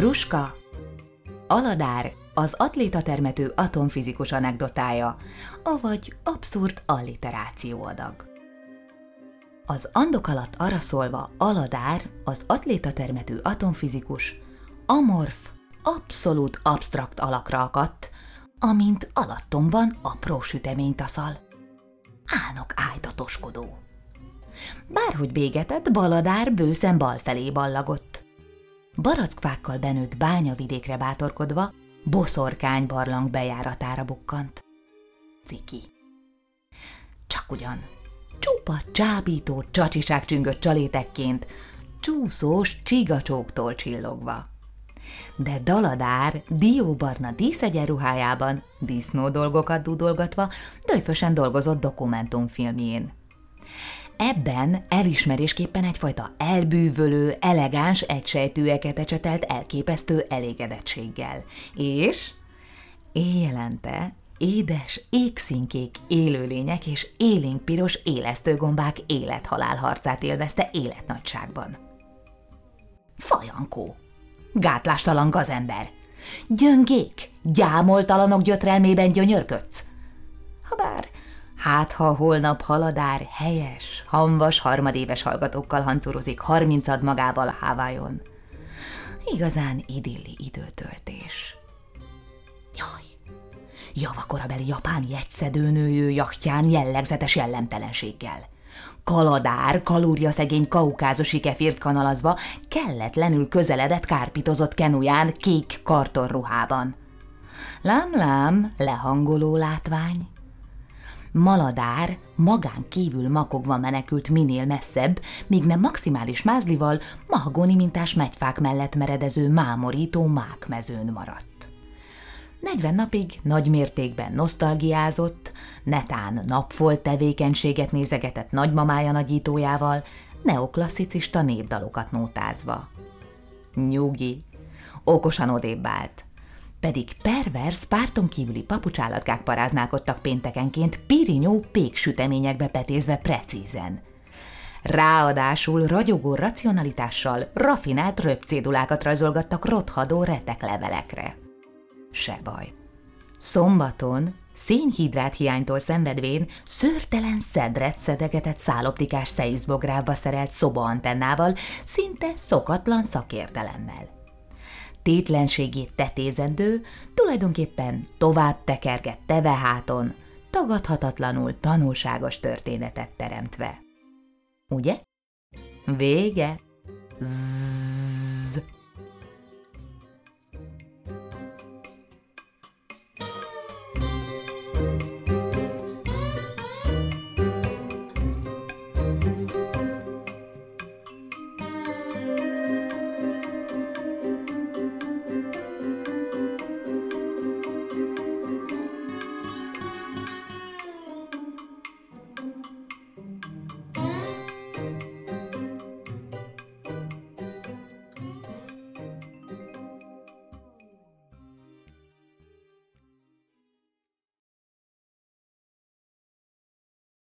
Gruska. Aladár az atlétatermető atomfizikus anekdotája, avagy abszurd alliterációadag. Az Andok alatt arra szólva Aladár, az atlétatermető atomfizikus, amorf, abszolút absztrakt alakra akadt, amint alattomban apró süteménytaszal. Álnok ájtatoskodó. Bárhogy bégetett, Baladár bőszen bal felé ballagott. Barackfákkal benőtt bányavidékre bátorkodva, boszorkány barlang bejáratára bukkant. Ciki. Csak ugyan, csupa csábító csacsiság csüngött csalétekként, csúszós csigacsóktól csillogva. De Daladár dióbarna díszegyenruhájában, disznó dolgokat dúdolgatva, döjfösen dolgozott dokumentumfilmjén. Ebben elismerésképpen egyfajta elbűvölő, elegáns egysejtűeket ecsetelt elképesztő elégedettséggel. És éjjelente édes, égszínkék élőlények és élénkpiros élesztőgombák élet-halál harcát élvezte életnagyságban. Fajankó, gátlástalan gazember, gyöngék, gyámoltalanok gyötrelmében gyönyörködsz. Habár, ha holnap Haladár helyes, hamvas harmadéves hallgatókkal hancúrozik 30 magával Hawaiion. Igazán idilli időtöltés. Jaj, javakorabeli japán jegyszedőnőjő jachtján jellegzetes jellemtelenséggel. Kaladár, kalóriaszegény kaukázusi kefírt kanalazva, kelletlenül közeledett kárpitozott kenuján kék kartonruhában. Lám, lehangoló látvány. Maladár magán kívül makogva menekült minél messzebb, míg nem maximális mázlival mahagóni mintás megyfák mellett meredező mámorító mákmezőn maradt. 40 napig nagy mértékben nosztalgiázott, netán napfolt tevékenységet nézegetett nagymamája nagyítójával, neoklasszicista népdalokat nótázva. Nyugi, okosan odébb állt. Pedig pervers, párton kívüli papucsállatkák paráználkodtak péntekenként pirinyó péksüteményekbe petézve precízen. Ráadásul ragyogó racionalitással rafinált röpcédulákat rajzolgattak rothadó reteklevelekre. Se baj. Szombaton, szénhidrát hiánytól szenvedvén, szőrtelen szedret szedegetett száloptikás szeizmográfba szerelt szobaantennával, szinte szokatlan szakértelemmel. Tétlenségét tetézendő, tulajdonképpen tovább tekergett teveháton, tagadhatatlanul tanulságos történetet teremtve. Ugye? Vége. Zzz.